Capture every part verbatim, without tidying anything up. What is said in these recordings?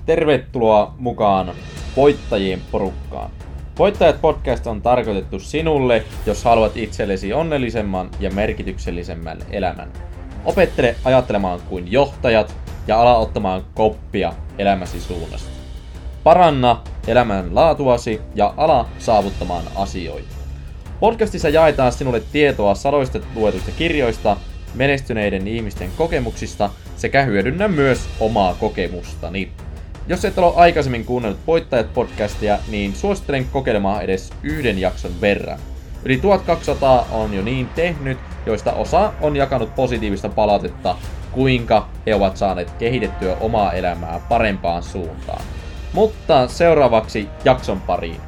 Tervetuloa mukaan Voittajien porukkaan. Voittajat podcast on tarkoitettu sinulle, jos haluat itsellesi onnellisemman ja merkityksellisemmän elämän. Opettele ajattelemaan kuin johtajat ja ala ottamaan koppia elämäsi suunnasta. Paranna elämän laatuasi ja ala saavuttamaan asioita. Podcastissa jaetaan sinulle tietoa sadoista luetuista kirjoista, menestyneiden ihmisten kokemuksista sekä hyödynnä myös omaa kokemustani. Jos et ole aikaisemmin kuunnellut Voittajat-podcastia, niin suosittelen kokeilemaan edes yhden jakson verran. Yli tuhatkaksisataa on jo niin tehnyt, joista osa on jakanut positiivista palautetta, kuinka he ovat saaneet kehitettyä omaa elämää parempaan suuntaan. Mutta seuraavaksi jakson pariin.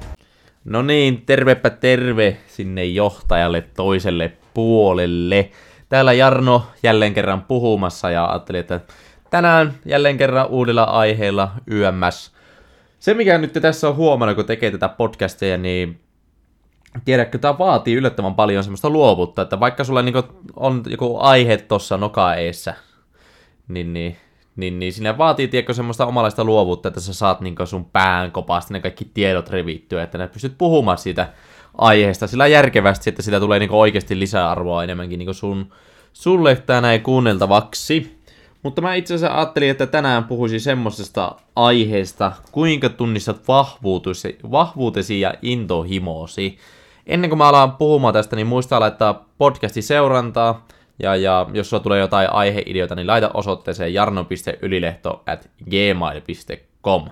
No niin, tervepä terve sinne johtajalle toiselle puolelle. Täällä Jarno jälleen kerran puhumassa ja ajattelin, että tänään jälleen kerran uudella aiheella Y M S. Se mikä nyt tässä on huomannut, kun tekee tätä podcastia, niin tiedätkö, tämä vaatii yllättävän paljon semmoista luovuutta, että vaikka sulla niinku on joku aihe tuossa noka eessä, niin, niin, niin, niin siinä vaatii tiedätkö, semmoista omalaista luovuutta, että sä saat niinku sun pään kopasta ne kaikki tiedot revittyä, että ne pystyt puhumaan siitä aiheesta sillä järkevästi, että sitä tulee niinku oikeasti lisäarvoa enemmänkin niinku sun, sulle tänään kuunneltavaksi. Mutta mä itse asiassa ajattelin, että tänään puhuisin semmosesta aiheesta, kuinka tunnistat vahvuutesi, vahvuutesi ja intohimosi. Ennen kuin mä alan puhumaan tästä, niin muista laittaa podcastin seurantaa. Ja, ja jos sulla tulee jotain aiheideoita, niin laita osoitteeseen jarno piste ylilehto at gmail piste com.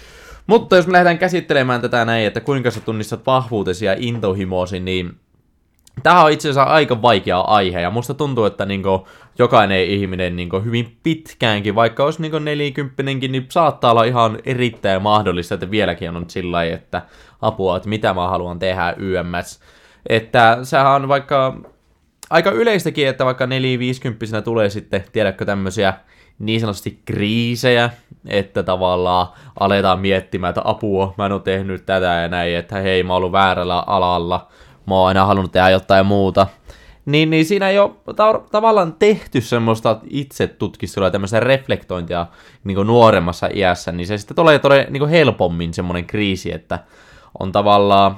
Mutta jos me lähdetään käsittelemään tätä näin, että kuinka sä tunnistat vahvuutesi ja intohimosi, niin tämä on itse asiassa aika vaikea aihe, ja musta tuntuu, että niinku jokainen ihminen niinku hyvin pitkäänkin, vaikka olisi niinku nelikymppinenkin, niin saattaa olla ihan erittäin mahdollista, että vieläkin on sillä lailla, että apua, että mitä mä haluan tehdä Y M S. Että sehän on vaikka aika yleistäkin, että vaikka neliviisikymppisenä tulee sitten, tiedätkö, tämmöisiä niin sanotusti kriisejä, että tavallaan aletaan miettimään, että apua, mä en ole tehnyt tätä ja näin, että hei, mä oon ollut väärällä alalla, mä oon aina halunnut tehdä jotain muuta. Niin, niin siinä ei ole ta- tavallaan tehty semmoista itsetutkistelua ja tämmöistä reflektointia niin nuoremmassa iässä, niin se sitten tulee todella niin helpommin semmoinen kriisi, että on tavallaan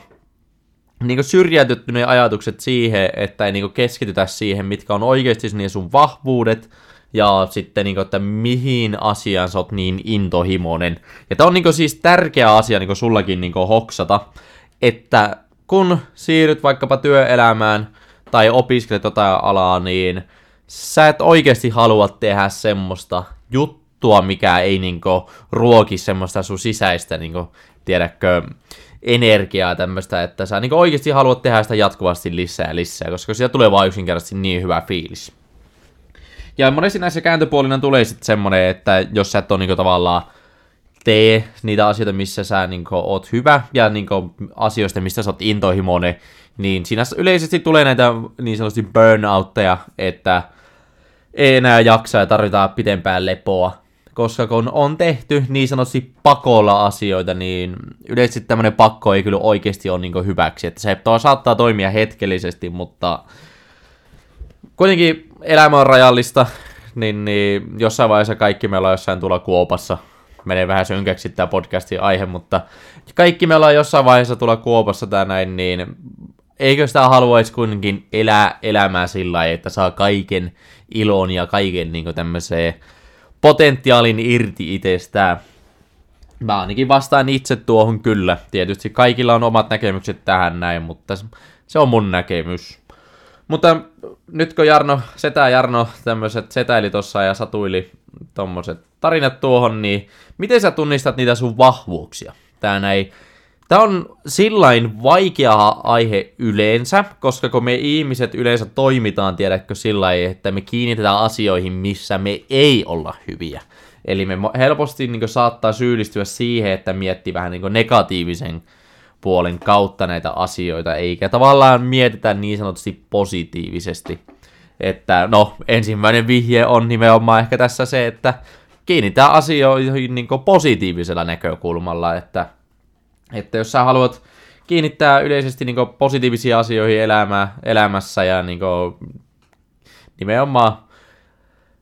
niin syrjäytetty ne ajatukset siihen, että ei niin keskitytä siihen, mitkä on oikeasti ne sun vahvuudet, ja sitten, niin kuin, että mihin asiaan sä oot niin intohimoinen. Ja tää on niin siis tärkeä asia niin sullakin niin hoksata, että kun siirryt vaikkapa työelämään tai opiskelet jotain alaa, niin sä et oikeasti halua tehdä semmoista juttua, mikä ei niinku ruoki semmoista sun sisäistä, niinku, tiedätkö, energiaa tämmöistä, että sä niinku oikeasti haluat tehdä sitä jatkuvasti lisää ja lisää, koska siitä tulee vaan yksinkertaisesti niin hyvä fiilis. Ja monesti näissä kääntöpuolina tulee sitten semmonen, että jos sä et ole niinku tavallaan tee niitä asioita, missä sä niin kuin, oot hyvä, ja niin kuin, asioista, mistä sä oot intohimoinen, niin siinä yleisesti tulee näitä niin sanotusti burnoutteja, että ei enää jaksa ja tarvitaan pitempään lepoa. Koska kun on tehty niin sanotusti pakolla asioita, niin yleisesti tämmöinen pakko ei kyllä oikeasti ole niin kuin, hyväksi. Että se saattaa toimia hetkellisesti, mutta kuitenkin elämä on rajallista, niin, niin jossain vaiheessa kaikki meillä on jossain tuolla kuopassa. Menee vähän synkäksi tämä podcastin aihe, mutta kaikki me ollaan jossain vaiheessa tulla kuopassa tai näin, niin eikö sitä haluaisi kuitenkin elää elämää sillä lailla, että saa kaiken ilon ja kaiken niin tämmöiseen potentiaalin irti itsestään. Mä ainakin vastaan itse tuohon kyllä. Tietysti kaikilla on omat näkemykset tähän näin, mutta se on mun näkemys. Mutta nyt kun Jarno, setä Jarno tämmöiset setäili tossa ja satuili tommoset tarinat tuohon, niin miten sä tunnistat niitä sun vahvuuksia? Tää näin. Tää on sillain vaikea aihe yleensä, koska kun me ihmiset yleensä toimitaan, tiedätkö, sillain, että me kiinnitetään asioihin, missä me ei olla hyviä. Eli me helposti niin saattaa syyllistyä siihen, että miettii vähän niin negatiivisen puolen kautta näitä asioita, eikä tavallaan mietitä niin sanotusti positiivisesti. Että no, ensimmäinen vihje on nimenomaan ehkä tässä se, että kiinnitään asioihin niin positiivisella näkökulmalla, että, että jos sä haluat kiinnittää yleisesti niin positiivisia asioihin elämä, elämässä ja niin nimenomaan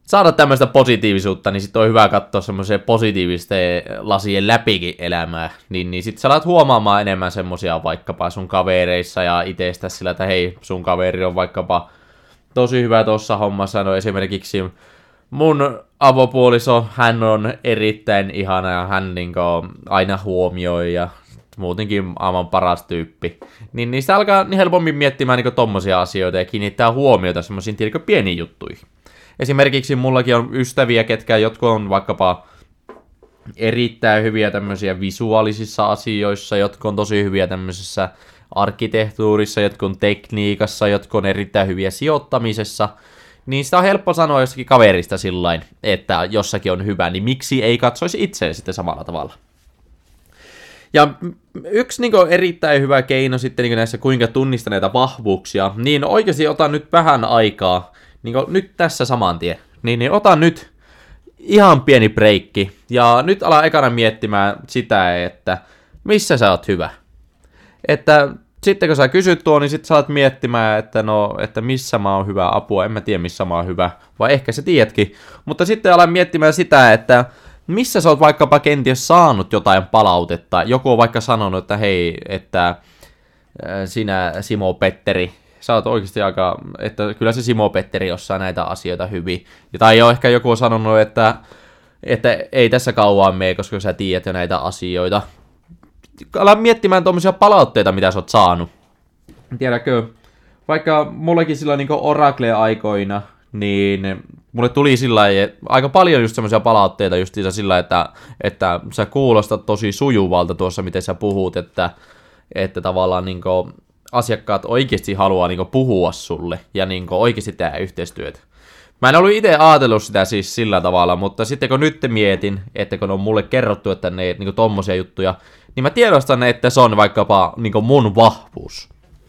saada tämmöistä positiivisuutta, niin sitten on hyvä katsoa semmoisia positiivisten lasien läpikin elämää, niin, niin sitten sä alat huomaamaan enemmän semmoisia vaikkapa sun kavereissa ja itsestä sillä, että hei, sun kaveri on vaikkapa tosi hyvä tuossa hommassa, no esimerkiksi mun avopuoliso, hän on erittäin ihana ja hän niinku aina huomioi ja muutenkin aivan paras tyyppi. Niin niistä alkaa niin helpommin miettimään niinku tommosia asioita ja kiinnittää huomiota semmoisiin tiedätkö pieniin juttuihin. Esimerkiksi mullakin on ystäviä, ketkä jotkut on vaikkapa erittäin hyviä tämmöisiä visuaalisissa asioissa, jotkut on tosi hyviä tämmöisessä arkkitehtuurissa, jotkut on tekniikassa, jotkut on erittäin hyviä sijoittamisessa. Niin sitä on helppo sanoa jossakin kaverista sillain, että jossakin on hyvä, niin miksi ei katsoisi itseään sitten samalla tavalla. Ja yksi niin kuin, erittäin hyvä keino sitten niin näissä kuinka tunnistaa näitä vahvuuksia, niin oikeasti otan nyt vähän aikaa, niin kuin, nyt tässä saman tien, niin, niin otan nyt ihan pieni breikki, ja nyt ala ekana miettimään sitä, että missä sä oot hyvä. Että sitten kun sä kysyt tuo, niin sit sä alat miettimään, että no, että missä mä oon hyvä apua, en mä tiedä missä mä oon hyvä, vai ehkä sä tiedätkin. Mutta sitten alan miettimään sitä, että missä sä oot vaikkapa kenties saanut jotain palautetta. Joku on vaikka sanonut, että hei, että sinä Simo Petteri, sä oot oikeasti aika, että kyllä se Simo Petteri osaa näitä asioita hyvin. Tai jo ehkä joku on sanonut, että, että ei tässä kauan mene, koska sä tiedät jo näitä asioita. Ala miettimään tuommoisia palautteita, mitä sä oot saanut. Tiedätkö, vaikka mullekin sillä niin Oracle-aikoina, niin mulle tuli sillä aika paljon just semmoisia palautteita justiinsa sillä, että, että sä kuulostat tosi sujuvalta tuossa, miten sä puhut, että, että tavallaan niin asiakkaat oikeasti haluaa niin puhua sulle ja niin oikeasti tehdä yhteistyötä. Mä en ollut itse ajatellut sitä siis sillä tavalla, mutta sitten kun nyt mietin, että kun on mulle kerrottu, että ne niin tommosia juttuja, niin mä tiedostan, että se on vaikkapa niin mun vahvuus.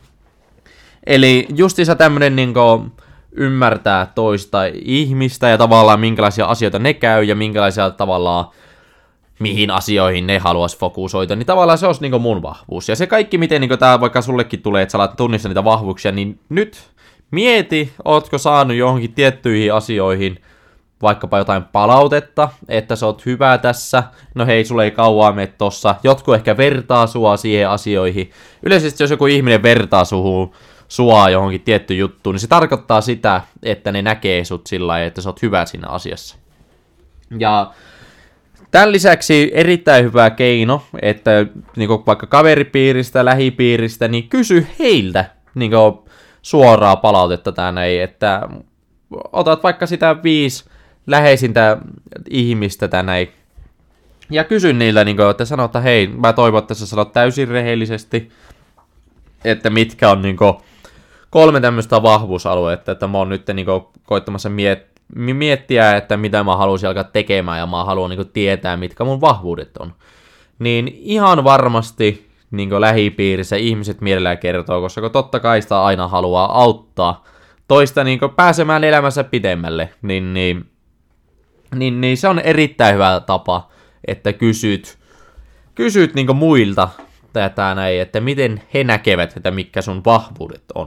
Eli justiinsa tämmönen niin ymmärtää toista ihmistä ja tavallaan minkälaisia asioita ne käy ja minkälaisia tavallaan mihin asioihin ne haluaisi fokusoida, niin tavallaan se olisi niin mun vahvuus. Ja se kaikki, miten niin tää vaikka sullekin tulee, että sä alat tunnistaa niitä vahvuuksia, niin nyt mieti, ootko saanut johonkin tiettyihin asioihin vaikkapa jotain palautetta, että sä oot hyvä tässä, no hei, sulle ei kauaa mene tossa, jotkut ehkä vertaa sua siihen asioihin. Yleisesti jos joku ihminen vertaa suhun, sua johonkin tiettyyn juttuun, niin se tarkoittaa sitä, että ne näkee sut sillä lailla, että sä oot hyvä siinä asiassa. Ja tämän lisäksi erittäin hyvä keino, että niin vaikka kaveripiiristä, lähipiiristä, niin kysy heiltä niin suoraa palautetta tänne, että otat vaikka sitä viisi läheisintä ihmistä tänne ja kysy niiltä, niin kuin, että sanoo, että hei, mä toivon, että sä sanot täysin rehellisesti, että mitkä on niin kuin, kolme tämmöistä vahvuusaluetta, että mä oon nyt niin kuin, koittamassa miet- miettiä, että mitä mä haluaisin alkaa tekemään ja mä haluan niin kuin, tietää, mitkä mun vahvuudet on. Niin ihan varmasti niin kuin, lähipiirissä ihmiset mielellään kertoo, koska totta kai sitä aina haluaa auttaa toista niin kuin, pääsemään elämässä pidemmälle, niin, niin, niin, niin se on erittäin hyvä tapa, että kysyt, kysyt niin kuin, muilta tätä näin, että miten he näkevät, että mitkä sun vahvuudet on.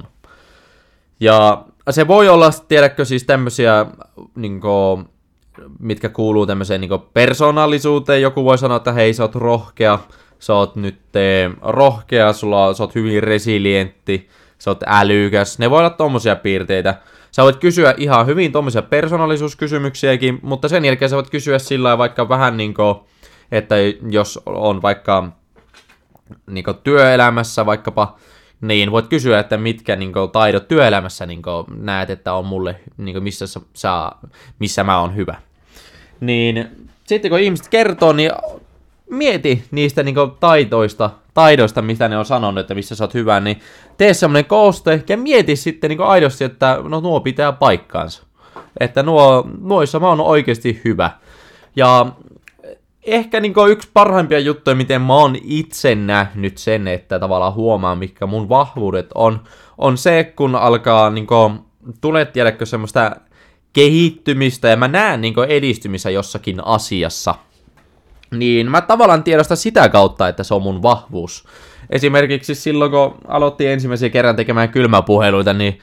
Ja se voi olla, tiedätkö, siis tämmöisiä, niin kuin, mitkä kuuluu tämmöiseen niin kuin persoonallisuuteen. Joku voi sanoa, että hei, sä oot rohkea, sä oot nyt eh, rohkea, sulla, sä oot hyvin resilientti, sä oot älykäs. Ne voi olla tommosia piirteitä. Sä voit kysyä ihan hyvin tommosia persoonallisuuskysymyksiäkin, mutta sen jälkeen sä voit kysyä sillä vaikka vähän niin kuin, että jos on vaikka niin kuin työelämässä vaikkapa, niin voit kysyä, että mitkä niin kuin, taidot työelämässä niin kuin, näet, että on mulle, niin kuin, missä, saa, missä mä oon hyvä. Niin sitten kun ihmiset kertoo, niin mieti niistä niin kuin, taitoista, taidoista, mitä ne on sanonut, että missä sä oot hyvä, niin tee semmonen kooste ja mieti sitten niin kuin, aidosti, että no nuo pitää paikkaansa. Että nuo, nuissa mä oon oikeasti hyvä. Ja ehkä niin yksi parhaimpia juttuja, miten mä oon itse nähnyt sen, että tavallaan huomaa, mitkä mun vahvuudet on, on se, kun alkaa niin kuin, tulee tiedäkö semmoista kehittymistä ja mä näen niin kuin, edistymistä jossakin asiassa, niin mä tavallaan tiedostan sitä kautta, että se on mun vahvuus. Esimerkiksi silloin, kun aloitin ensimmäisen kerran tekemään kylmäpuheluita, niin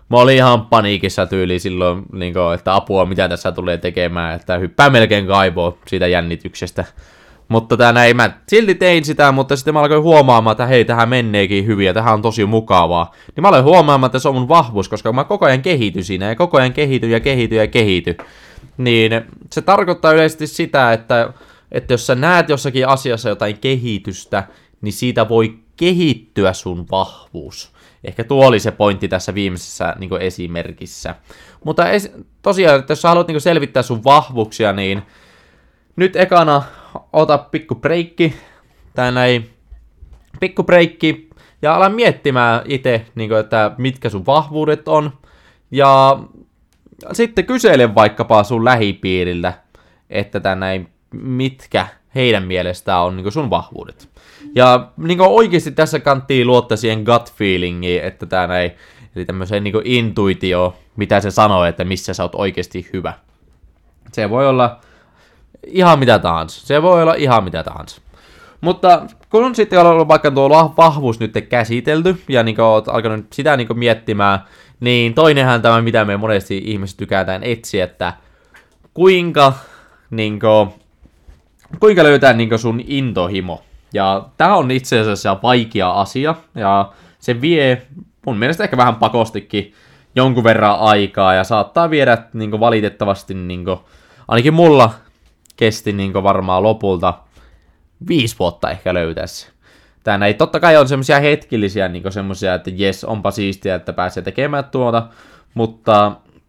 mä olin ihan paniikissa tyyli silloin, niin kuin, että apua, mitä tässä tulee tekemään, että hyppää melkein kaivoon siitä jännityksestä. Mutta tää näin, mä silti tein sitä, mutta sitten mä alkoin huomaamaan, että hei, tähän menneekin hyvin ja tähän on tosi mukavaa. Niin mä aloin huomaamaan, että se on mun vahvuus, koska mä koko ajan kehity siinä ja koko ajan kehity ja kehity ja kehity. Niin se tarkoittaa yleisesti sitä, että, että jos sä näet jossakin asiassa jotain kehitystä, niin siitä voi kehittyä sun vahvuus. Ehkä tuo oli se pointti tässä viimeisessä niin kuin esimerkissä. Mutta es, tosiaan, että jos sä haluat niin kuin selvittää sun vahvuuksia, niin nyt ekana ota pikku breikki, tää näin, pikku breikki, ja ala miettimään itse, niin kuin, että mitkä sun vahvuudet on, ja sitten kysele vaikkapa sun lähipiiriltä, että tää näin, mitkä heidän mielestään on niin kuin sun vahvuudet. Ja niin kuin oikeasti tässä kanttii luottaa siihen gut feelingiin, että tää näin, eli tämmöiseen niin kuin intuitio, mitä se sanoo, että missä sä oot oikeasti hyvä. Se voi olla ihan mitä tahansa. Se voi olla ihan mitä tahansa. Mutta kun sitten on ollut vaikka tuo vahvuus nyt käsitelty, ja niin olet alkanut sitä niin miettimään, niin toinenhan tämä, mitä me monesti ihmiset tykätään etsiä, että kuinka, niin kuin, kuinka löytää niin sun intohimo. Ja tämä on itse asiassa vaikea asia, ja se vie mun mielestä ehkä vähän pakostikin jonkun verran aikaa, ja saattaa viedä niin valitettavasti, niin kuin, ainakin mulla kesti niin varmaan lopulta viisi vuotta ehkä löytää se. Tää näin, totta kai on semmosia hetkellisiä niin semmosia, että jes, onpa siistiä, että pääsee tekemään tuota, mutta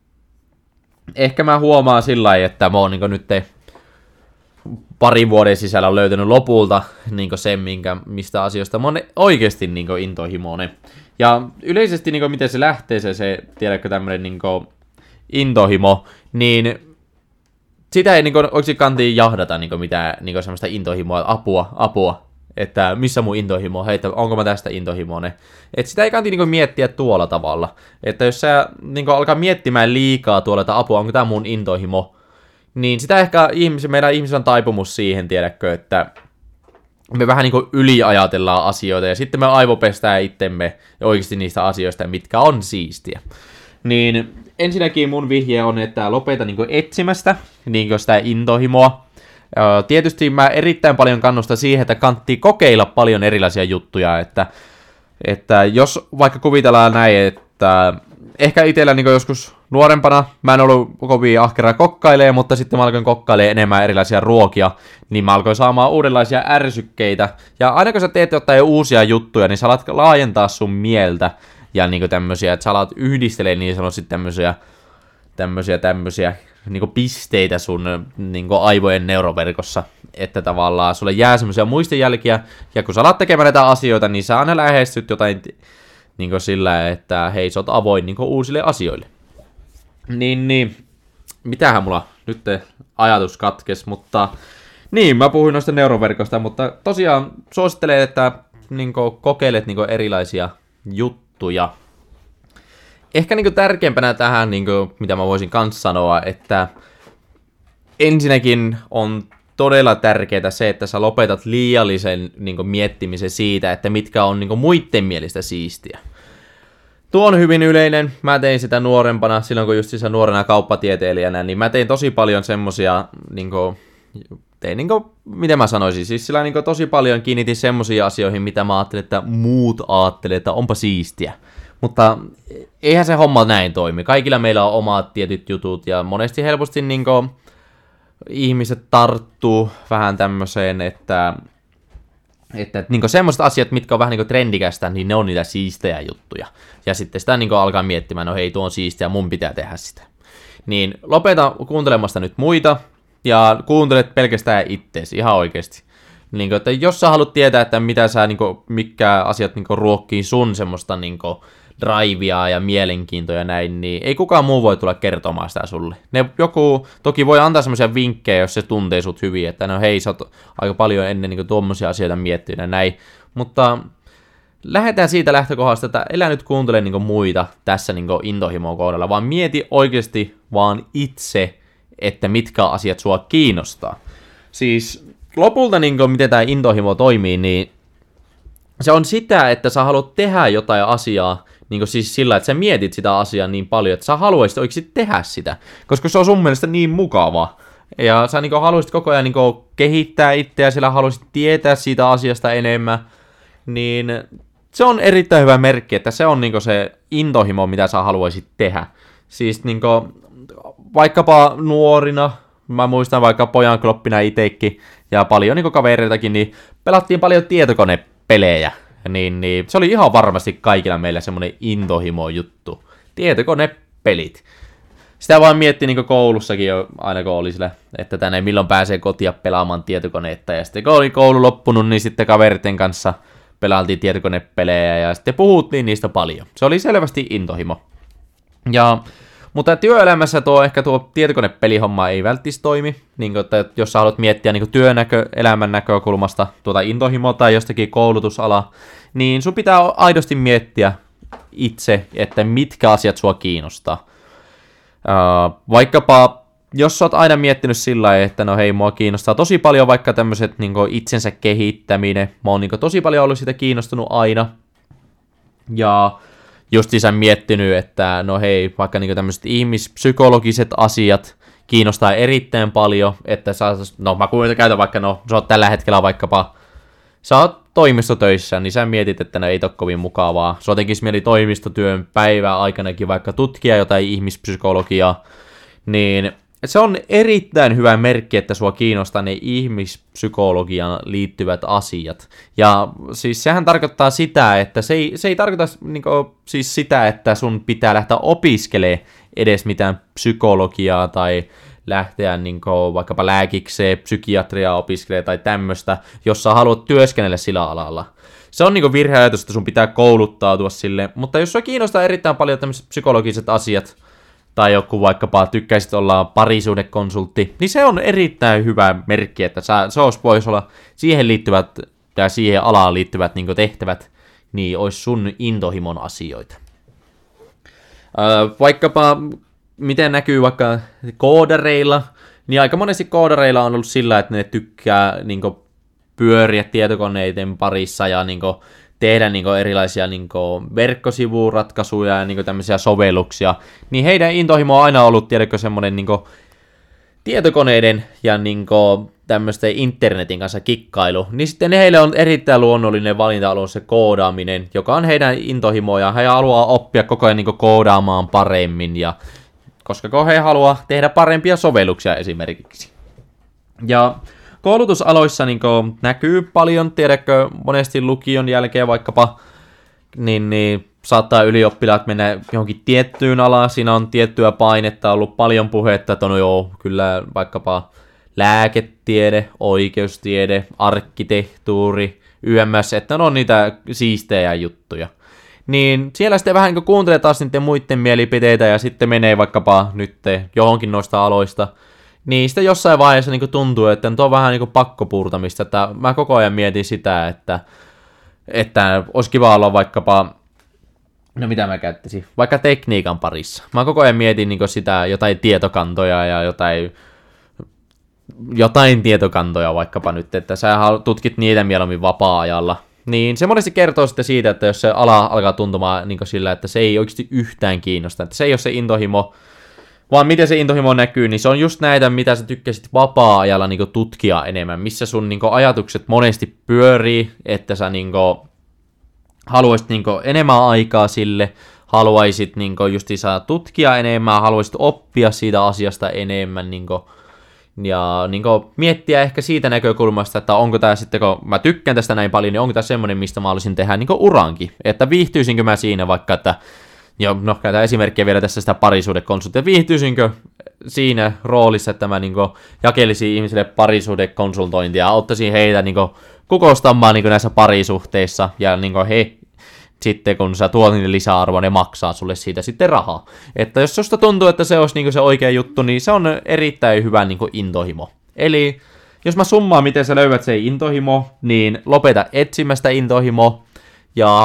ehkä mä huomaan sillä lailla, että mä oon niin nyt parin vuoden sisällä löytänyt lopulta niin sen, minkä, mistä asioista mä oon oikeesti niin intohimoinen. Ja yleisesti, niin miten se lähtee, se, se tiedätkö, tämmönen niin intohimo, niin sitä ei niin oikeasti kantiin jahdata niin mitään niin semmoista intohimoa, apua, apua, että missä mun intohimo, hei, onko mä tästä intohimoinen. Että sitä ei kanti niin miettiä tuolla tavalla. Että jos sä niin alkaa miettimään liikaa tuolla, että apua, onko tää mun intohimo, niin sitä ehkä ihmisen, meidän ihmisen on taipumus siihen, tiedätkö, että me vähän niin kuin yliajatellaan asioita ja sitten me aivopestään itsemme oikeasti niistä asioista, mitkä on siistiä. Niin ensinnäkin mun vihje on, että lopeta niin kuin etsimästä niin kuin sitä intohimoa. Tietysti mä erittäin paljon kannustan siihen, että kannattaa kokeilla paljon erilaisia juttuja, että, että jos vaikka kuvitellaan näin, että ehkä itsellä niin joskus nuorempana mä en ollut kovin ahkera kokkailemaan, mutta sitten mä alkoin kokkailemaan enemmän erilaisia ruokia, niin mä alkoin saamaan uudenlaisia ärsykkeitä, ja aina kun sä teet jotain uusia juttuja, niin sä alat laajentaa sun mieltä, ja niinku tämmösiä, että sä alat yhdistelee niin sanotusti tämmösiä, tämmösiä, tämmösiä niinku pisteitä sun niinku aivojen neuroverkossa, että tavallaan sulle jää semmosia muistijälkiä, ja kun sä alat tekemään näitä asioita, niin sä aina lähestyt jotain niinku sillä, että hei, sä oot avoin niinku uusille asioille. Niin, niin, mitähän mulla nyt ajatus katkes, mutta niin, mä puhuin noista neuroverkosta, mutta tosiaan suosittelen, että niinku kokeilet niinku erilaisia juttuja. Ehkä niinku tärkeimpänä tähän, niinku, mitä mä voisin kanssa sanoa, että ensinnäkin on todella tärkeää se, että sä lopetat liiallisen niinku, miettimisen siitä, että mitkä on niinku, muiden mielestä siistiä. Tuo on hyvin yleinen. Mä tein sitä nuorempana, silloin kun just siis nuorena kauppatieteilijänä, niin mä tein tosi paljon semmosia, niinku, tein niinku, miten mä sanoisin, siis sillä niinku tosi paljon kiinnitin semmosia asioihin, mitä mä ajattelin, että muut ajattelee, että onpa siistiä. Mutta eihän se homma näin toimi. Kaikilla meillä on omat tietyt jutut, ja monesti helposti niinku ihmiset tarttuu vähän tämmöiseen, että Että niinku semmoiset asiat, mitkä on vähän niinku trendikästä, niin ne on niitä siistejä juttuja. Ja sitten sitä niinku alkaa miettimään, no hei, tuo on siistiä, mun pitää tehdä sitä. Niin lopeta kuuntelemasta nyt muita, ja kuuntelet pelkästään itteesi, ihan oikeasti. Niinku, että jos sä haluat tietää, että mitä sä, niinku, mitkä asiat niinku, ruokkii sun semmoista niinku, drivea ja mielenkiintoja ja näin, niin ei kukaan muu voi tulla kertomaan sitä sulle. Ne joku toki voi antaa semmoisia vinkkejä, jos se tuntee sut hyvin, että no hei, sä oot aika paljon ennen niin tuommoisia asioita miettinyt ja näin, mutta lähdetään siitä lähtökohdasta, että elä nyt kuuntele niin muita tässä niin intohimoa kohdalla, vaan mieti oikeasti vaan itse, että mitkä asiat sua kiinnostaa. Siis lopulta, niin miten tämä intohimo toimii, niin se on sitä, että sä haluat tehdä jotain asiaa Niin siis sillä, että sä mietit sitä asiaa niin paljon, että sä haluaisit oikeasti tehdä sitä, koska se on sun mielestä niin mukavaa. Ja sä niin haluaisit koko ajan niin kehittää itseä, sillä haluaisit tietää siitä asiasta enemmän, niin se on erittäin hyvä merkki, että se on niin se intohimo, mitä sä haluaisit tehdä. Siis niin vaikkapa nuorina, mä muistan vaikka pojan kloppina itsekin, ja paljon niin kavereitakin, niin pelattiin paljon tietokonepelejä. Niin, niin, se oli ihan varmasti kaikilla meillä semmoinen intohimo juttu. Tietokonepelit. Sitä vaan mietti niin koulussakin jo, aina kun oli sillä, että tänne milloin pääsee kotia pelaamaan tietokoneetta. Ja sitten kun oli koulu loppunut, niin sitten kaveritten kanssa pelailtiin tietokonepelejä ja sitten puhuttiin niistä paljon. Se oli selvästi intohimo. Ja, mutta työelämässä tuo ehkä tuo tietokonepelihomma ei välttis toimi. Niin kuin, että jos sä haluat miettiä niin työnäköelämän näkökulmasta tuota intohimoa tai jostakin koulutusalaa, niin sun pitää aidosti miettiä itse, että mitkä asiat sua kiinnostaa. Uh, vaikkapa, jos sä oot aina miettinyt sillä lailla, että no hei, mua kiinnostaa tosi paljon vaikka tämmöiset niin itsensä kehittäminen, mä oon niin tosi paljon ollut sitä kiinnostunut aina, ja justiinsa miettinyt, että no hei, vaikka niin tämmöiset ihmispsykologiset asiat kiinnostaa erittäin paljon, että sä, no mä kuitenkin käytän vaikka, no sä oot tällä hetkellä vaikkapa, sä oot toimistotöissä, niin sä mietit, että ne ei ole kovin mukavaa. Sua tekisi mieli toimistotyön päivän aikanakin vaikka tutkia jotain ihmispsykologiaa, niin se on erittäin hyvä merkki, että sua kiinnostaa ne ihmispsykologiaan liittyvät asiat. Ja siis sehän tarkoittaa sitä, että se ei, se ei tarkoita niin kuin, siis sitä, että sun pitää lähteä opiskelemaan edes mitään psykologiaa tai lähteä niin kuin, vaikkapa lääkikseen, psykiatriaa opiskelemaan tai tämmöistä, jos sä haluat työskennellä sillä alalla. Se on niin kuin virheajatus, että sun pitää kouluttautua sille, mutta jos sua kiinnostaa erittäin paljon tämmöiset psykologiset asiat, tai joku vaikkapa tykkäisit olla parisuhdekonsultti, niin se on erittäin hyvä merkki, että sä, se olisi, voisi olla siihen liittyvät, ja siihen alaan liittyvät niin kuin tehtävät, niin olisi sun intohimon asioita. Öö, vaikkapa, miten näkyy vaikka koodareilla, niin aika monesti koodareilla on ollut sillä, että ne tykkää niin kuin pyöriä tietokoneiden parissa ja niin kuin tehdä niin kuin erilaisia niin kuin verkkosivuratkaisuja ja niin kuin tämmöisiä sovelluksia, niin heidän intohimo on aina ollut, tiedätkö, semmoinen niin kuin tietokoneiden ja niin kuin tämmöisten internetin kanssa kikkailu, niin sitten heille on erittäin luonnollinen valinta-alue se koodaaminen, joka on heidän intohimo, ja he haluaa oppia koko ajan niin kuin koodaamaan paremmin, ja koska he haluaa tehdä parempia sovelluksia esimerkiksi. Ja koulutusaloissa niin kuin näkyy paljon, tiedätkö, monesti lukion jälkeen vaikkapa, niin, niin saattaa ylioppilaat mennä johonkin tiettyyn alaan, siinä on tiettyä painetta, ollut paljon puhetta, että no joo, kyllä vaikkapa lääketiede, oikeustiede, arkkitehtuuri, Y M S, että ne on niitä siistejä juttuja. Niin siellä sitten vähän niin kuuntelee taas niiden muiden mielipiteitä ja sitten menee vaikkapa nyt johonkin noista aloista, niin sitten jossain vaiheessa niin tuntuu, että nyt on vähän niin pakkopuurtamista, että mä koko ajan mietin sitä, että, että olisi kiva olla vaikkapa, no mitä mä käyttäisin, vaikka tekniikan parissa. Mä koko ajan mietin niin sitä jotain tietokantoja ja jotain, jotain tietokantoja vaikkapa nyt, että sä tutkit niitä mieluummin vapaa-ajalla. Niin se monesti kertoo sitten siitä, että jos se ala alkaa tuntumaan niin sillä, että se ei oikeasti yhtään kiinnosta, että se ei ole se intohimo, vaan miten se intohimo näkyy, niin se on just näitä, mitä sä tykkäsit vapaa-ajalla niin tutkia enemmän, missä sun niin ajatukset monesti pyörii, että sä niin haluaisit niin enemmän aikaa sille, haluaisit niin justiinsa tutkia enemmän, haluaisit oppia siitä asiasta enemmän, niin kuin, ja niin kuin, miettiä ehkä siitä näkökulmasta, että onko tämä sitten, kun mä tykkään tästä näin paljon, niin onko tämä semmoinen, mistä mä haluaisin tehdä niin urankin, että viihtyisinkö mä siinä vaikka, että joo, no käytän esimerkkiä vielä tässä sitä parisuhdekonsulttia. Viihtyisinkö siinä roolissa, että mä niinku jakelisin ihmisille parisuhdekonsultointia ja auttaisin heitä niinku kukoistamaan niinku näissä parisuhteissa ja niinku he sitten kun sä tuot niille lisäarvoa, ne maksaa sulle siitä sitten rahaa. Että jos susta tuntuu, että se olisi niinku se oikea juttu, niin se on erittäin hyvä niinku intohimo. Eli jos mä summaan, miten sä löydät se intohimo, niin lopeta etsimästä intohimo ja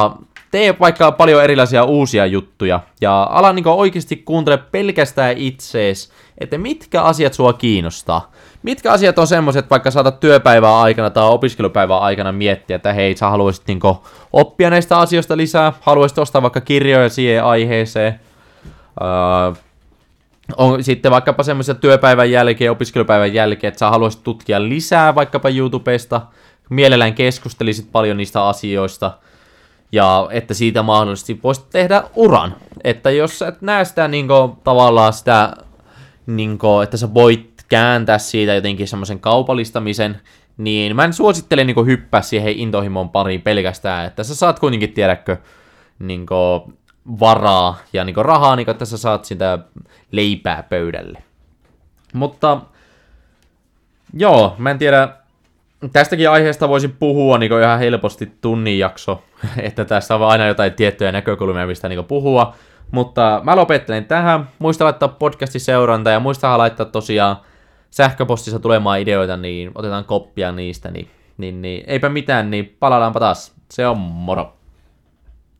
tee vaikka paljon erilaisia uusia juttuja, ja ala niin oikeasti kuuntele pelkästään itsees, että mitkä asiat sua kiinnostaa. Mitkä asiat on semmoiset, vaikka saatat työpäivää aikana tai opiskelupäivää aikana miettiä, että hei, sä haluaisit niin oppia näistä asioista lisää, haluaisit ostaa vaikka kirjoja siihen aiheeseen. Öö, on sitten vaikkapa semmoisia työpäivän jälkeen, opiskelupäivän jälkeen, että sä haluaisit tutkia lisää vaikkapa YouTubesta, mielellään keskustelisit paljon niistä asioista, ja että siitä mahdollisesti voisit tehdä uran. Että jos sä et näe sitä niin kuin, tavallaan sitä, niin kuin, että sä voit kääntää siitä jotenkin semmoisen kaupallistamisen, niin mä en suosittele niin kuin, hyppää siihen intohimon pariin pelkästään, että sä saat kuitenkin tiedäkö niin kuin, varaa ja niin kuin, rahaa, niin kuin, että sä saat sitä leipää pöydälle. Mutta joo, mä en tiedä, tästäkin aiheesta voisin puhua niin ihan helposti tunnin jakso, että tässä on aina jotain tiettyjä näkökulmia, mistä niin puhua, mutta mä lopettelen tähän. Muista laittaa podcastin seuranta ja muista laittaa tosiaan sähköpostissa tulemaan ideoita, niin otetaan koppia niistä, niin, niin, niin eipä mitään, niin palataanpa taas. Se on moro.